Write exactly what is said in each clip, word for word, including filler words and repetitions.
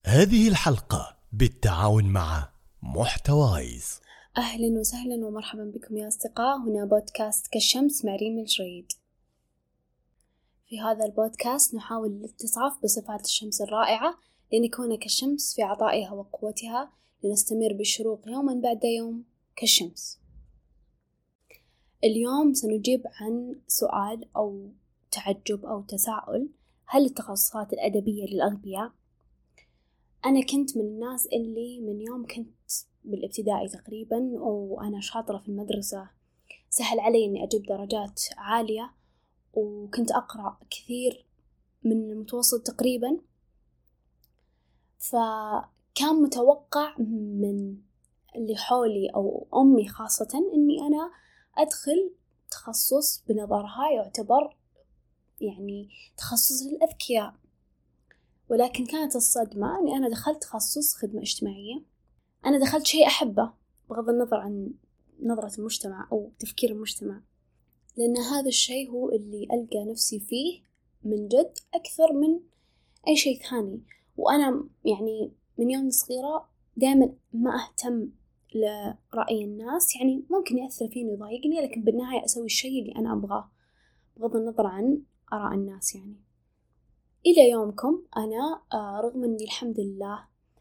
هذه الحلقة بالتعاون مع محتوايز. أهلا وسهلا ومرحبا بكم يا أصدقاء. هنا بودكاست كالشمس مع ريم الجريد. في هذا البودكاست نحاول الاستصعاف بصفات الشمس الرائعة لنكون كالشمس في عطائها وقوتها، لنستمر بالشروق يوما بعد يوم كالشمس. اليوم سنجيب عن سؤال أو تعجب أو تساؤل: هل التخصصات الأدبية للأغبياء؟ أنا كنت من الناس اللي من يوم كنت بالابتدائي تقريبا وأنا شاطرة في المدرسة سهل علي إني أجيب درجات عالية، وكنت أقرأ كثير من المتوسط تقريبا، فكان متوقع من اللي حولي أو أمي خاصة إني أنا أدخل تخصص بنظرها يعتبر يعني تخصص للأذكياء. ولكن كانت الصدمة أني أنا دخلت تخصص خدمة اجتماعية. أنا دخلت شيء أحبه بغض النظر عن نظرة المجتمع أو تفكير المجتمع، لأن هذا الشيء هو اللي ألقى نفسي فيه من جد أكثر من أي شيء ثاني. وأنا يعني من يوم صغيرة دائما ما أهتم لرأي الناس، يعني ممكن يأثر فيني ويضايقني، لكن بالنهاية أسوي الشيء اللي أنا أبغاه بغض النظر عن آراء الناس. يعني إلى يومكم أنا آه رغم أني الحمد لله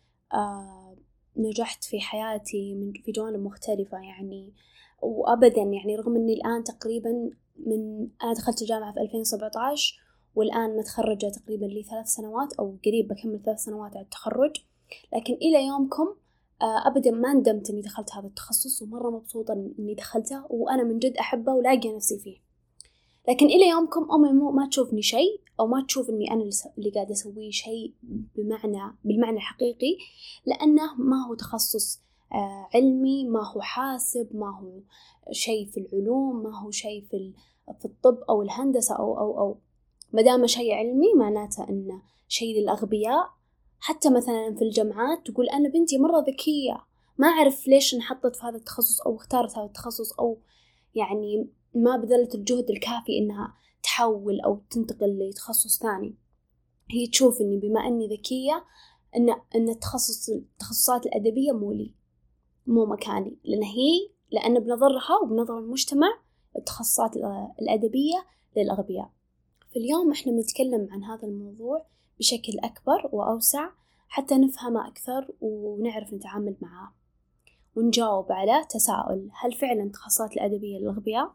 آه نجحت في حياتي من في جوانب مختلفة، يعني وأبدا يعني رغم أني الآن تقريبا من أنا دخلت الجامعة في ألفين وسبعة عشر والآن متخرجة تقريبا لي ثلاث سنوات أو قريب بكمل ثلاث سنوات على التخرج، لكن إلى يومكم آه أبدا ما ندمت أني دخلت هذا التخصص، ومرة مبسوطة أني دخلته وأنا من جد أحبه ولاقي نفسي فيه. لكن إلى يومكم أمي مو ما تشوفني شيء أو ما تشوف إني أنا اللي قاعدة أسويه شيء بمعنى بالمعنى الحقيقي، لأنه ما هو تخصص آه علمي، ما هو حاسب، ما هو شيء في العلوم، ما هو شيء في في الطب أو الهندسة أو أو أو ما دام شيء علمي معناته إنه شيء للأغبياء. حتى مثلا في الجامعات تقول أنا بنتي مرة ذكية، ما أعرف ليش انحطت في هذا التخصص أو اختارت هذا التخصص، أو يعني ما بذلت الجهد الكافي إنها تحول أو تنتقل لتخصص ثاني. هي تشوف إني بما أني ذكية إن إن التخصص التخصصات الأدبية مو لي، مو مكاني، لأن هي لأن بنظرها وبنظر المجتمع التخصصات الأدبية للأغبياء. في اليوم إحنا بنتكلم عن هذا الموضوع بشكل أكبر وأوسع حتى نفهمه أكثر ونعرف نتعامل معه، ونجاوب على تساؤل: هل فعلا التخصصات الأدبية للأغبياء؟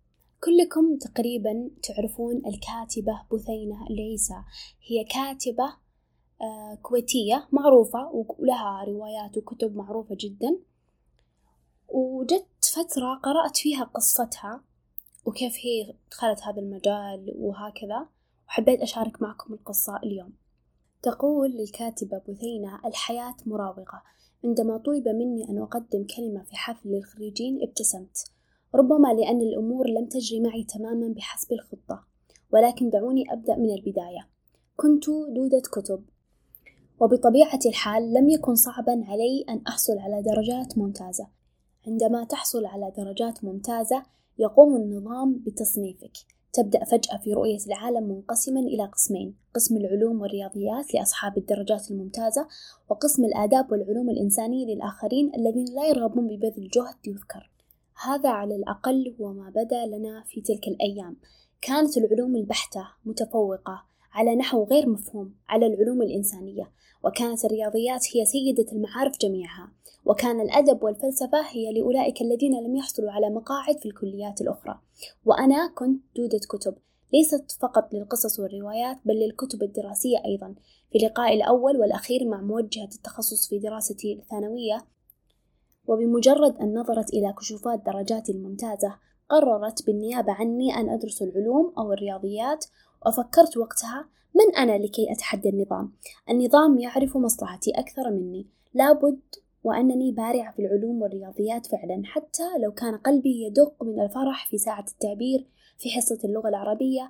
كلكم تقريبا تعرفون الكاتبة بثينة العيسى. هي كاتبة آه كويتية معروفة ولها روايات وكتب معروفة جدا، وجدت فترة قرأت فيها قصتها وكيف هي دخلت هذا المجال وهكذا، وحبيت أشارك معكم القصة اليوم. تقول الكاتبة بثينة: الحياة مراوغة. عندما طلب مني أن أقدم كلمة في حفل للخريجين ابتسمت، ربما لأن الأمور لم تجري معي تماما بحسب الخطة، ولكن دعوني أبدأ من البداية. كنت دودة كتب، وبطبيعة الحال لم يكن صعبا علي أن أحصل على درجات ممتازة. عندما تحصل على درجات ممتازة يقوم النظام بتصنيفك. تبدأ فجأة في رؤية العالم منقسما إلى قسمين: قسم العلوم والرياضيات لأصحاب الدرجات الممتازة، وقسم الآداب والعلوم الإنسانية للآخرين الذين لا يرغبون ببذل جهد يذكر. هذا على الأقل هو ما بدا لنا في تلك الأيام. كانت العلوم البحتة متفوقة على نحو غير مفهوم على العلوم الإنسانية، وكانت الرياضيات هي سيدة المعارف جميعها، وكان الأدب والفلسفة هي لأولئك الذين لم يحصلوا على مقاعد في الكليات الأخرى. وأنا كنت دودة كتب، ليست فقط للقصص والروايات بل للكتب الدراسية أيضا. في لقائي الأول والأخير مع موجهة التخصص في دراستي الثانوية، وبمجرد أن نظرت إلى كشوفات درجاتي الممتازة قررت بالنيابة عني أن أدرس العلوم أو الرياضيات. وفكرت وقتها: من أنا لكي أتحدى النظام؟ النظام يعرف مصلحتي أكثر مني، لابد وأنني بارعة في العلوم والرياضيات فعلا، حتى لو كان قلبي يدق من الفرح في ساعة التعبير في حصة اللغة العربية،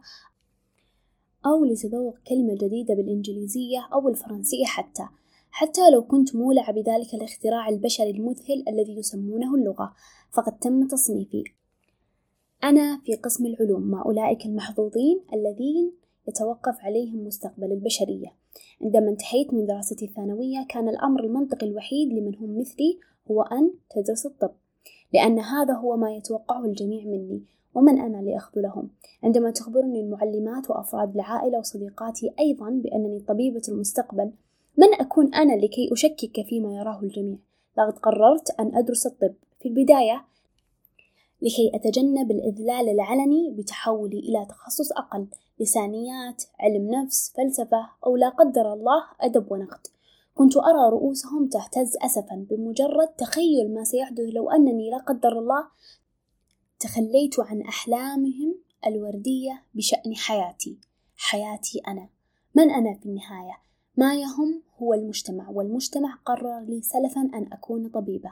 أو لتذوق كلمة جديدة بالإنجليزية أو الفرنسية، حتى حتى لو كنت مولعة بذلك الاختراع البشري المذهل الذي يسمونه اللغة. فقد تم تصنيفي. أنا في قسم العلوم مع أولئك المحظوظين الذين يتوقف عليهم مستقبل البشرية. عندما انتهيت من دراستي الثانوية كان الأمر المنطقي الوحيد لمن هم مثلي هو أن تدرس الطب، لأن هذا هو ما يتوقعه الجميع مني، ومن أنا لأخذلهم؟ عندما تخبرني المعلمات وأفراد العائلة وصديقاتي أيضا بأنني طبيبة المستقبل، من أكون أنا لكي أشكك فيما يراه الجميع؟ لقد قررت أن أدرس الطب في البداية لكي أتجنب الإذلال العلني بتحولي إلى تخصص أقل، لسانيات، علم نفس، فلسفة، أو لا قدر الله أدب ونقد. كنت أرى رؤوسهم تهتز أسفا بمجرد تخيل ما سيحدث لو أنني لا قدر الله تخليت عن أحلامهم الوردية بشأن حياتي. حياتي أنا، من أنا في النهاية؟ ما يهم هو المجتمع، والمجتمع قرر لي سلفا أن أكون طبيبة.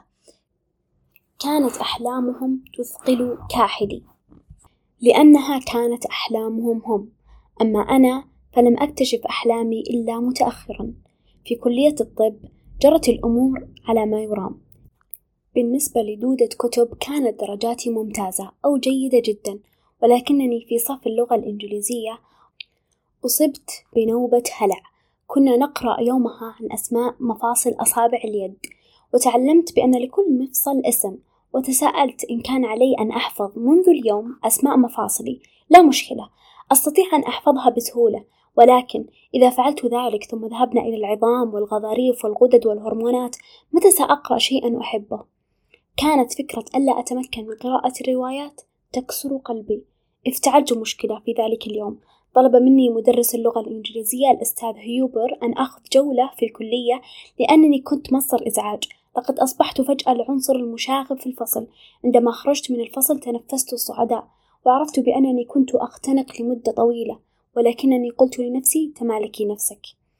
كانت أحلامهم تثقل كاحلي لأنها كانت أحلامهم هم، أما أنا فلم أكتشف أحلامي إلا متأخرا. في كلية الطب جرت الأمور على ما يرام. بالنسبة لدودة كتب كانت درجاتي ممتازة أو جيدة جدا، ولكنني في صف اللغة الإنجليزية أصبت بنوبة هلع. كنا نقرأ يومها عن أسماء مفاصل أصابع اليد، وتعلمت بأن لكل مفصل اسم، وتساءلت إن كان علي أن أحفظ منذ اليوم أسماء مفاصلي. لا مشكلة، أستطيع أن أحفظها بسهولة، ولكن إذا فعلت ذلك ثم ذهبنا إلى العظام والغضاريف والغدد والهرمونات، متى سأقرأ شيئا أحبه؟ كانت فكرة ألا أتمكن من قراءة الروايات تكسر قلبي. افتعلت مشكلة في ذلك اليوم. طلب مني مدرس اللغة الإنجليزية الأستاذ هيوبر أن أخذ جولة في الكلية لأنني كنت مصدر إزعاج. لقد أصبحت فجأة العنصر المشاغب في الفصل. عندما خرجت من الفصل تنفست الصعداء، وعرفت بأنني كنت أختنق لمدة طويلة، ولكنني قلت لنفسي: تمالكي نفسك.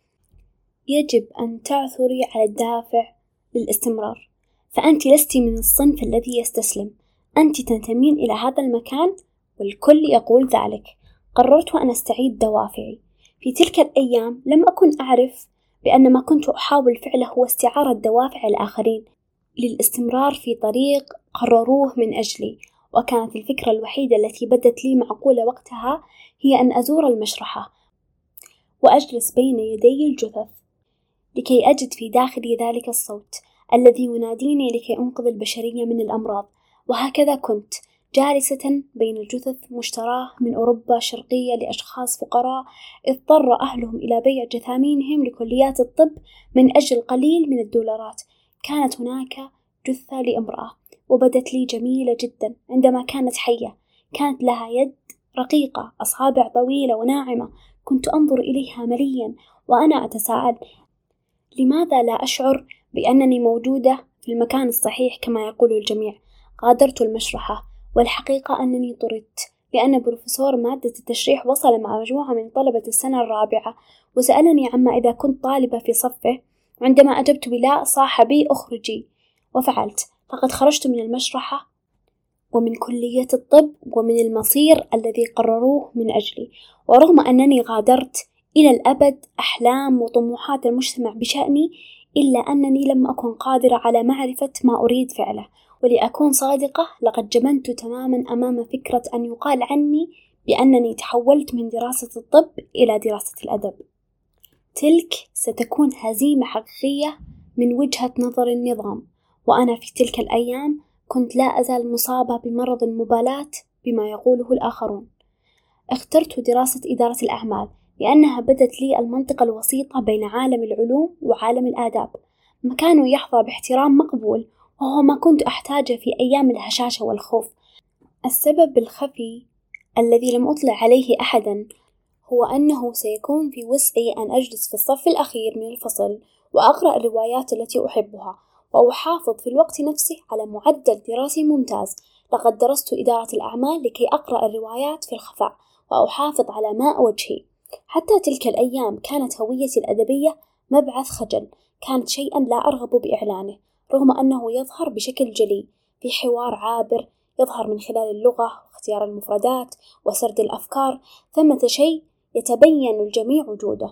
يجب أن تعثري على الدافع للاستمرار، فأنت لست من الصنف الذي يستسلم. أنت تنتمين إلى هذا المكان والكل يقول ذلك. قررت أن أستعيد دوافعي. في تلك الأيام لم أكن أعرف بأن ما كنت أحاول فعله هو استعارة دوافع الآخرين للاستمرار في طريق قرروه من أجلي، وكانت الفكرة الوحيدة التي بدت لي معقولة وقتها هي أن أزور المشرحة وأجلس بين يدي الجثث لكي أجد في داخلي ذلك الصوت الذي يناديني لكي أنقذ البشرية من الأمراض. وهكذا كنت جالسة بين الجثث مشتراه من أوروبا الشرقية لأشخاص فقراء اضطر أهلهم إلى بيع جثامينهم لكليات الطب من أجل قليل من الدولارات. كانت هناك جثة لامرأة وبدت لي جميلة جدا عندما كانت حية. كانت لها يد رقيقة، أصابع طويلة وناعمة. كنت أنظر إليها مليا وأنا أتساءل: لماذا لا أشعر بأنني موجودة في المكان الصحيح كما يقول الجميع؟ غادرت المشرحة، والحقيقة أنني طردت لأن بروفيسور مادة التشريح وصل مع مجموعة من طلبة السنة الرابعة وسألني عما إذا كنت طالبة في صفه. عندما أجبت بلا صاح بي: أخرجي. وفعلت. فقد خرجت من المشرحة ومن كلية الطب ومن المصير الذي قرروه من أجلي. ورغم أنني غادرت إلى الأبد أحلام وطموحات المجتمع بشأني، إلا أنني لم أكن قادرة على معرفة ما أريد فعله. ولأكون صادقة، لقد جبنت تماما أمام فكرة أن يقال عني بأنني تحولت من دراسة الطب إلى دراسة الأدب. تلك ستكون هزيمة حقيقية من وجهة نظر النظام، وأنا في تلك الأيام كنت لا أزال مصابة بمرض المبالاة بما يقوله الآخرون. اخترت دراسة إدارة الأعمال لأنها بدت لي المنطقة الوسيطة بين عالم العلوم وعالم الآداب، مكان يحظى باحترام مقبول، وهو ما كنت أحتاجه في أيام الهشاشة والخوف. السبب الخفي الذي لم أطلع عليه أحدا هو أنه سيكون في وسعي أن أجلس في الصف الأخير من الفصل وأقرأ الروايات التي أحبها، وأحافظ في الوقت نفسه على معدل دراسي ممتاز. لقد درست إدارة الأعمال لكي أقرأ الروايات في الخفاء وأحافظ على ماء وجهي. حتى تلك الأيام كانت هويتي الأدبية مبعث خجل، كانت شيئا لا أرغب بإعلانه، رغم أنه يظهر بشكل جلي في حوار عابر يظهر من خلال اللغة واختيار المفردات وسرد الأفكار. ثمة شيء يتبين الجميع وجوده،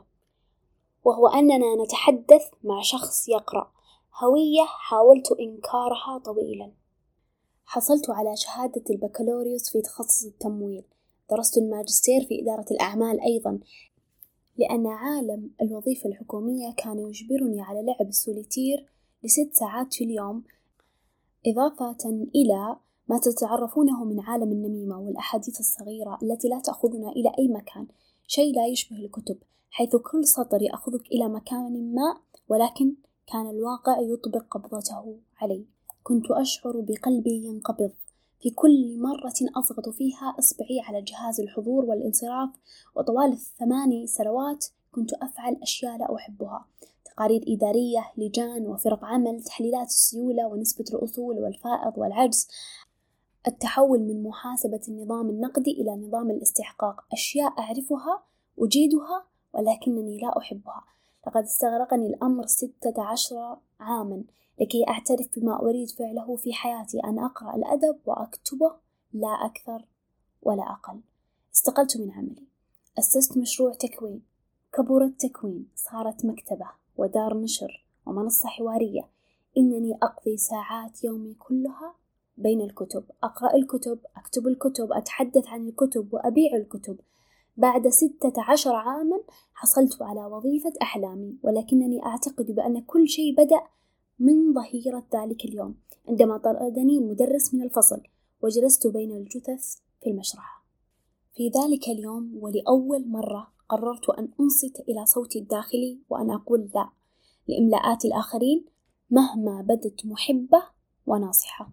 وهو أننا نتحدث مع شخص يقرأ. هوية حاولت إنكارها طويلا. حصلت على شهادة البكالوريوس في تخصص التمويل. درست الماجستير في إدارة الأعمال أيضا، لأن عالم الوظيفة الحكومية كان يجبرني على لعب السوليتير لست ساعات في اليوم، إضافة إلى ما تتعرفونه من عالم النميمة والأحاديث الصغيرة التي لا تأخذنا إلى أي مكان، شيء لا يشبه الكتب، حيث كل سطر يأخذك إلى مكان ما، ولكن كان الواقع يطبق قبضته علي. كنت أشعر بقلبي ينقبض في كل مرة أضغط فيها إصبعي على جهاز الحضور والانصراف، وطوال الثماني سنوات كنت أفعل أشياء لا أحبها: تقارير إدارية، لجان وفرق عمل، تحليلات السيولة ونسبة الأصول والفائض والعجز، التحول من محاسبة النظام النقدي إلى نظام الاستحقاق، أشياء أعرفها أجيدها ولكنني لا أحبها. لقد استغرقني الأمر ستة عشر عاما لكي أعترف بما أريد فعله في حياتي، أن أقرأ الأدب وأكتبه، لا أكثر ولا أقل. استقلت من عملي، أسست مشروع تكوين، كبر التكوين، صارت مكتبة ودار نشر ومنصة حوارية. إنني أقضي ساعات يومي كلها بين الكتب، أقرأ الكتب، أكتب الكتب، أتحدث عن الكتب وأبيع الكتب. بعد ستة عشر عاما حصلت على وظيفة أحلامي، ولكنني أعتقد بأن كل شيء بدأ من ظهيرة ذلك اليوم، عندما طردني المدرس من الفصل وجلست بين الجثث في المشرحة. في ذلك اليوم ولأول مرة قررت أن أنصت إلى صوتي الداخلي وأن أقول لا لإملاءات الآخرين مهما بدت محبة وناصحة.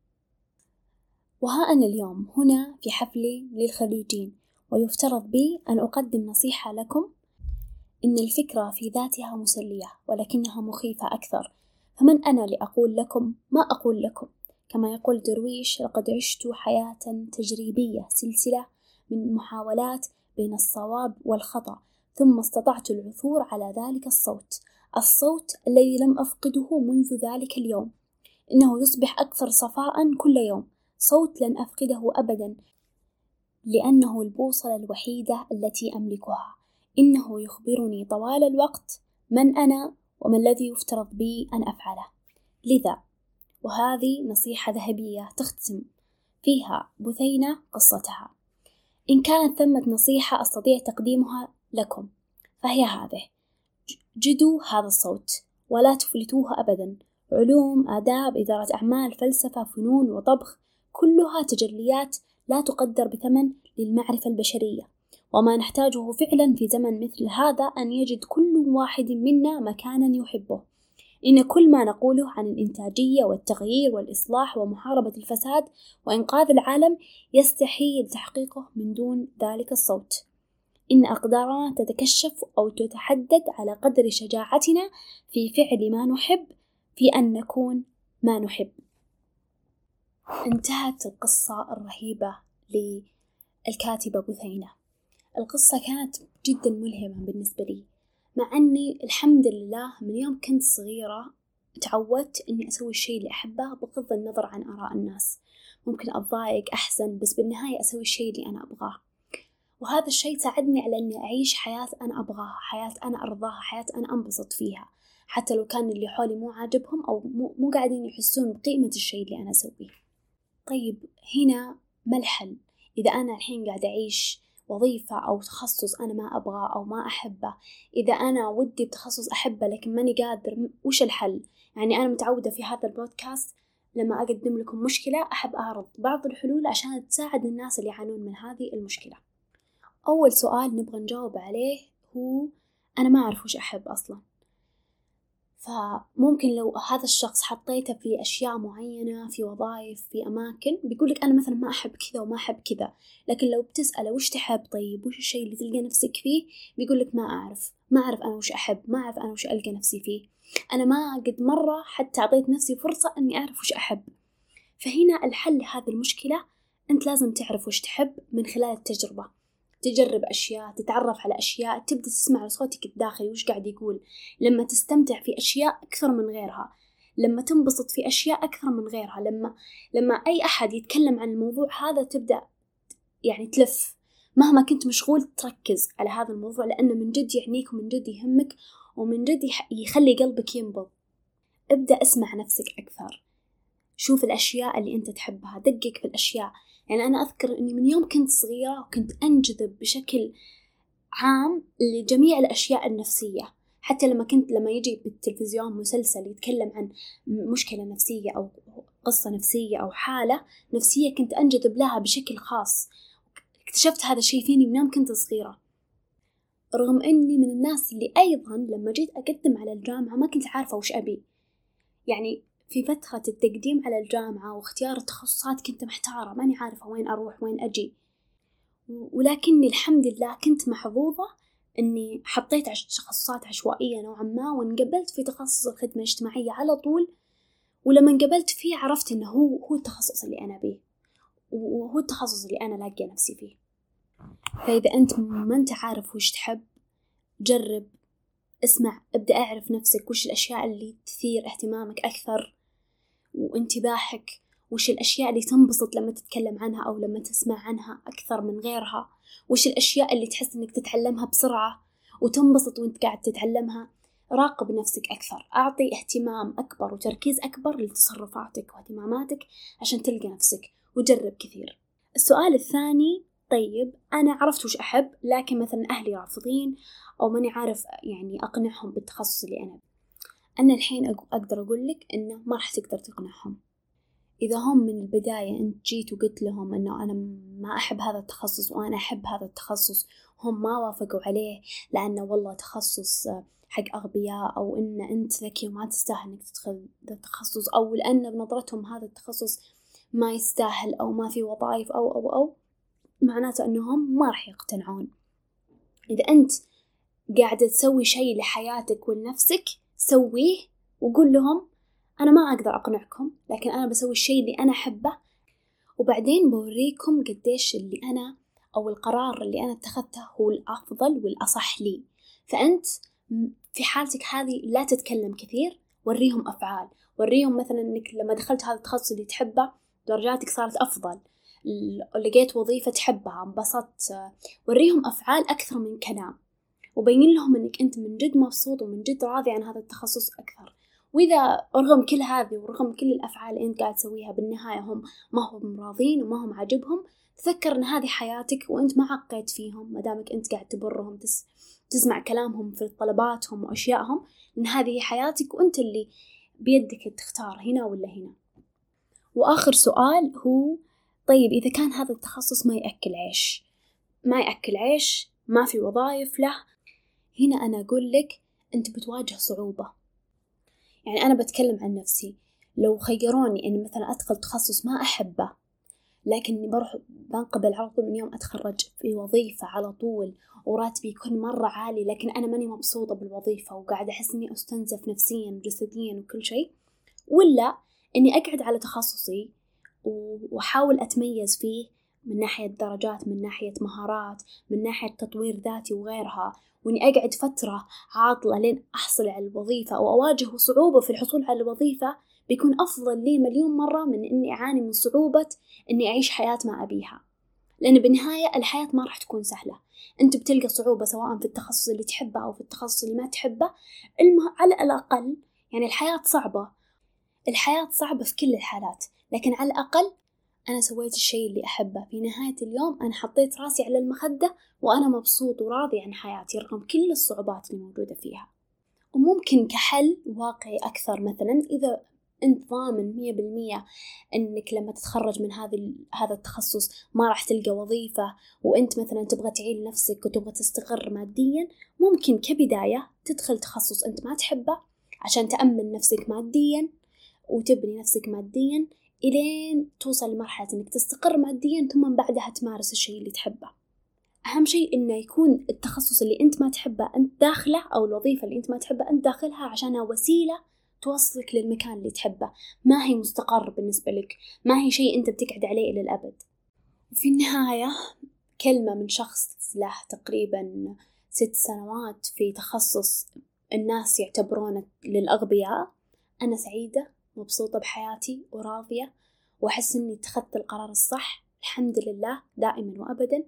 وها أنا اليوم هنا في حفل للخريجين، ويفترض بي أن أقدم نصيحة لكم. إن الفكرة في ذاتها مسلية ولكنها مخيفة أكثر، فمن أنا لأقول لكم ما أقول لكم؟ كما يقول درويش: لقد عشت حياة تجريبية، سلسلة من محاولات بين الصواب والخطأ، ثم استطعت العثور على ذلك الصوت، الصوت الذي لم أفقده منذ ذلك اليوم. إنه يصبح أكثر صفاء كل يوم، صوت لن أفقده أبدا، لأنه البوصلة الوحيدة التي أملكها. إنه يخبرني طوال الوقت من أنا وما الذي يفترض بي أن أفعله. لذا وهذه نصيحة ذهبية تختم فيها بثينة قصتها. إن كانت ثمة نصيحة أستطيع تقديمها لكم فهي هذه: جدوا هذا الصوت ولا تفلتوه أبدا. علوم، آداب، إدارة أعمال، فلسفة، فنون وطبخ، كلها تجليات لا تقدر بثمن للمعرفة البشرية. وما نحتاجه فعلا في زمن مثل هذا أن يجد كل واحد منا مكانا يحبه. إن كل ما نقوله عن الإنتاجية والتغيير والإصلاح ومحاربة الفساد وإنقاذ العالم يستحيل تحقيقه من دون ذلك الصوت. إن أقدارنا تتكشف أو تتحدد على قدر شجاعتنا في فعل ما نحب، في أن نكون ما نحب. انتهت القصة الرهيبة للكاتبة بثينة. القصة كانت جدا ملهمة بالنسبة لي، مع أني الحمد لله من يوم كنت صغيرة تعودت أني أسوي الشيء اللي أحبه بغض النظر عن آراء الناس. ممكن أتضايق، أحزن، بس بالنهاية أسوي الشيء اللي أنا أبغاه. وهذا الشيء ساعدني على أني أعيش حياة أنا أبغاها، حياة أنا أرضاها، حياة أنا أنبسط فيها، حتى لو كان اللي حولي مو عاجبهم أو مو, مو قاعدين يحسون بقيمة الشيء اللي أنا أسويه. طيب هنا ما الحل؟ إذا أنا الحين قاعد أعيش وظيفة أو تخصص أنا ما أبغاه أو ما أحبه، إذا أنا ودي بتخصص أحبه لكن ماني قادر، وش الحل؟ يعني أنا متعودة في هذا البودكاست لما أقدم لكم مشكلة أحب أعرض بعض الحلول عشان تساعد الناس اللي يعانون من هذه المشكلة. أول سؤال نبغى نجاوب عليه هو: أنا ما أعرف وش أحب أصلاً. فممكن لو هذا الشخص حطيته في أشياء معينة، في وظائف، في أماكن، بيقولك أنا مثلا ما أحب كذا وما أحب كذا. لكن لو بتسأله وش تحب، طيب وش الشيء اللي تلقى نفسك فيه، بيقولك ما أعرف، ما أعرف أنا وش أحب، ما أعرف أنا وش ألقى نفسي فيه، أنا ما قد مرة حتى أعطيت نفسي فرصة أني أعرف وش أحب. فهنا الحل لهذه المشكلة، أنت لازم تعرف وش تحب من خلال التجربة. تجرب أشياء، تتعرف على أشياء، تبدأ تسمع صوتك الداخلي وش قاعد يقول. لما تستمتع في أشياء أكثر من غيرها، لما تنبسط في أشياء أكثر من غيرها، لما لما أي أحد يتكلم عن الموضوع هذا تبدأ يعني تلف، مهما كنت مشغول تركز على هذا الموضوع، لأنه من جد يعنيك ومن جد يهمك ومن جد يخلي قلبك ينبض. ابدأ اسمع نفسك أكثر، شوف الأشياء اللي أنت تحبها، دقق في الأشياء. يعني أنا أذكر أني من يوم كنت صغيرة وكنت أنجذب بشكل عام لجميع الأشياء النفسية، حتى لما كنت لما يجي بالتلفزيون مسلسل يتكلم عن مشكلة نفسية أو قصة نفسية أو حالة نفسية كنت أنجذب لها بشكل خاص. اكتشفت هذا الشيء فيني من يوم كنت صغيرة، رغم أني من الناس اللي أيضا لما جيت أقدم على الجامعة ما كنت عارفة وش أبي. يعني في فترة التقديم على الجامعة واختيار التخصصات كنت محتارة، ماني عارفة وين أروح وين أجي، ولكني الحمد لله كنت محظوظة أني حطيت عش تخصصات عشوائية نوعا ما، وانقبلت في تخصص الخدمة الاجتماعية على طول. ولما انقبلت فيه عرفت أنه هو هو التخصص اللي أنا بيه، وهو التخصص اللي أنا لاقية نفسي فيه. فإذا أنت ما أنت عارف وش تحب، جرب، اسمع، ابدأ أعرف نفسك، وش الأشياء اللي تثير اهتمامك أكثر وانتباهك، وش الأشياء اللي تنبسط لما تتكلم عنها أو لما تسمع عنها أكثر من غيرها، وش الأشياء اللي تحس أنك تتعلمها بسرعة وتنبسط وانت قاعد تتعلمها. راقب نفسك أكثر، أعطي اهتمام أكبر وتركيز أكبر لتصرفاتك واهتماماتك عشان تلقى نفسك، وجرب كثير. السؤال الثاني، طيب أنا عرفت وش أحب لكن مثلا أهلي رافضين أو ماني عارف يعني أقنعهم بالتخصص اللي أنا أنا الحين أقدر أقول لك إنه ما راح تقدر تقنعهم. إذا هم من البداية أنت جيت وقلت لهم إنه أنا ما أحب هذا التخصص وأنا أحب هذا التخصص، هم ما وافقوا عليه لأنه والله تخصص حق أغبياء، أو إن أنت ذكي وما تستاهل إنك تدخل ذا التخصص، أو لأن بنظرتهم هذا التخصص ما يستاهل أو ما في وظائف أو أو أو معناته أنهم ما راح يقتنعون. إذا أنت قاعدة تسوي شيء لحياتك ولنفسك، سويه وقول لهم أنا ما أقدر أقنعكم لكن أنا بسوي الشيء اللي أنا أحبه، وبعدين بوريكم قديش اللي أنا أو القرار اللي أنا اتخذته هو الأفضل والأصح لي. فأنت في حالتك هذه لا تتكلم كثير، وريهم أفعال، وريهم مثلا أنك لما دخلت هذا التخصص اللي تحبه درجاتك صارت أفضل، لقيت وظيفة تحبها، انبسطت. وريهم أفعال أكثر من كلام، وبين لهم أنك أنت من جد مبسوط ومن جد راضي عن هذا التخصص أكثر. وإذا رغم كل هذه ورغم كل الأفعال اللي أنت قاعد تسويها بالنهاية هم ما هم راضين وما هم عاجبهم، تذكر أن هذه حياتك وأنت ما عقيت فيهم، ما دامك أنت قاعد تبرهم تس تسمع كلامهم في طلباتهم وأشيائهم، لأن هذه حياتك وأنت اللي بيدك تختار هنا ولا هنا. وآخر سؤال هو، طيب إذا كان هذا التخصص ما يأكل عيش ما يأكل عيش ما في وظائف له، هنا أنا أقول لك أنت بتواجه صعوبة. يعني أنا بتكلم عن نفسي، لو خيروني أني مثلا أدخل تخصص ما أحبه لكني بروح بنقبل على طول من يوم أتخرج في وظيفة على طول وراتبي يكون مرة عالي، لكن أنا ماني مبسوطة بالوظيفة وقاعدة أحس أني أستنزف نفسيا وجسديا وكل شيء، ولا أني أقعد على تخصصي وأحاول أتميز فيه من ناحية درجات، من ناحية مهارات، من ناحية تطوير ذاتي وغيرها، وإني أقعد فترة عاطلة لين أحصل على الوظيفة أو أواجه صعوبة في الحصول على الوظيفة، بيكون أفضل لي مليون مرة من إني أعاني من صعوبة إني أعيش حياة ما أبيها. لأن بالنهاية الحياة ما راح تكون سهلة، أنت بتلقى صعوبة سواء في التخصص اللي تحبه أو في التخصص اللي ما تحبه. المه... على الأقل يعني الحياة صعبة، الحياة صعبة في كل الحالات، لكن على الأقل أنا سويت الشيء اللي أحبه. في نهاية اليوم أنا حطيت راسي على المخدة وأنا مبسوط وراضي عن حياتي رغم كل الصعوبات اللي موجودة فيها. وممكن كحل واقعي أكثر، مثلا إذا أنت ضامن مية بالمية أنك لما تتخرج من هذا هذا التخصص ما راح تلقى وظيفة، وأنت مثلا تبغى تعيل نفسك وتبغى تستقر ماديا، ممكن كبداية تدخل تخصص أنت ما تحبه عشان تأمن نفسك ماديا وتبني نفسك ماديا إلين توصل لمرحلة أنك تستقر ماديا، ثم بعدها تمارس الشيء اللي تحبه. أهم شيء إنه يكون التخصص اللي أنت ما تحبه أنت داخله، أو الوظيفة اللي أنت ما تحبه أنت داخلها عشانها وسيلة توصلك للمكان اللي تحبه، ما هي مستقر بالنسبة لك، ما هي شيء أنت بتقعد عليه إلى الأبد. وفي النهاية كلمة من شخص له تقريبا ست سنوات في تخصص الناس يعتبرونه للأغبياء، أنا سعيدة مبسوطة بحياتي وراضية، وأحس أني اتخذت القرار الصح الحمد لله دائما وأبدا.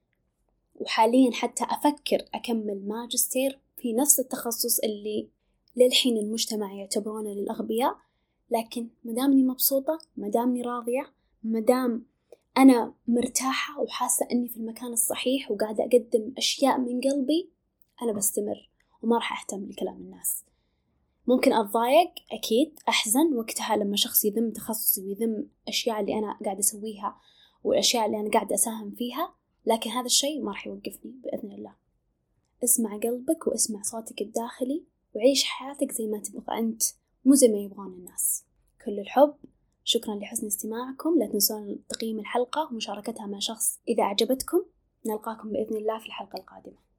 وحاليا حتى أفكر أكمل ماجستير في نفس التخصص اللي للحين المجتمع يعتبرونه للأغبياء، لكن مدامني مبسوطة، مدامني راضية، مدام أنا مرتاحة وحاسة أني في المكان الصحيح وقاعدة أقدم أشياء من قلبي، أنا بستمر وما راح أهتم لكلام الناس. ممكن أتضايق أكيد، أحزن وقتها لما شخص يذم تخصصي ويذم أشياء اللي أنا قاعدة أسويها والأشياء اللي أنا قاعدة أساهم فيها، لكن هذا الشيء ما راح يوقفني بإذن الله. اسمع قلبك واسمع صوتك الداخلي وعيش حياتك زي ما تبغى أنت، مو زي ما يبغون الناس. كل الحب، شكرا لحسن استماعكم. لا تنسون تقييم الحلقة ومشاركتها مع شخص إذا أعجبتكم. نلقاكم بإذن الله في الحلقة القادمة.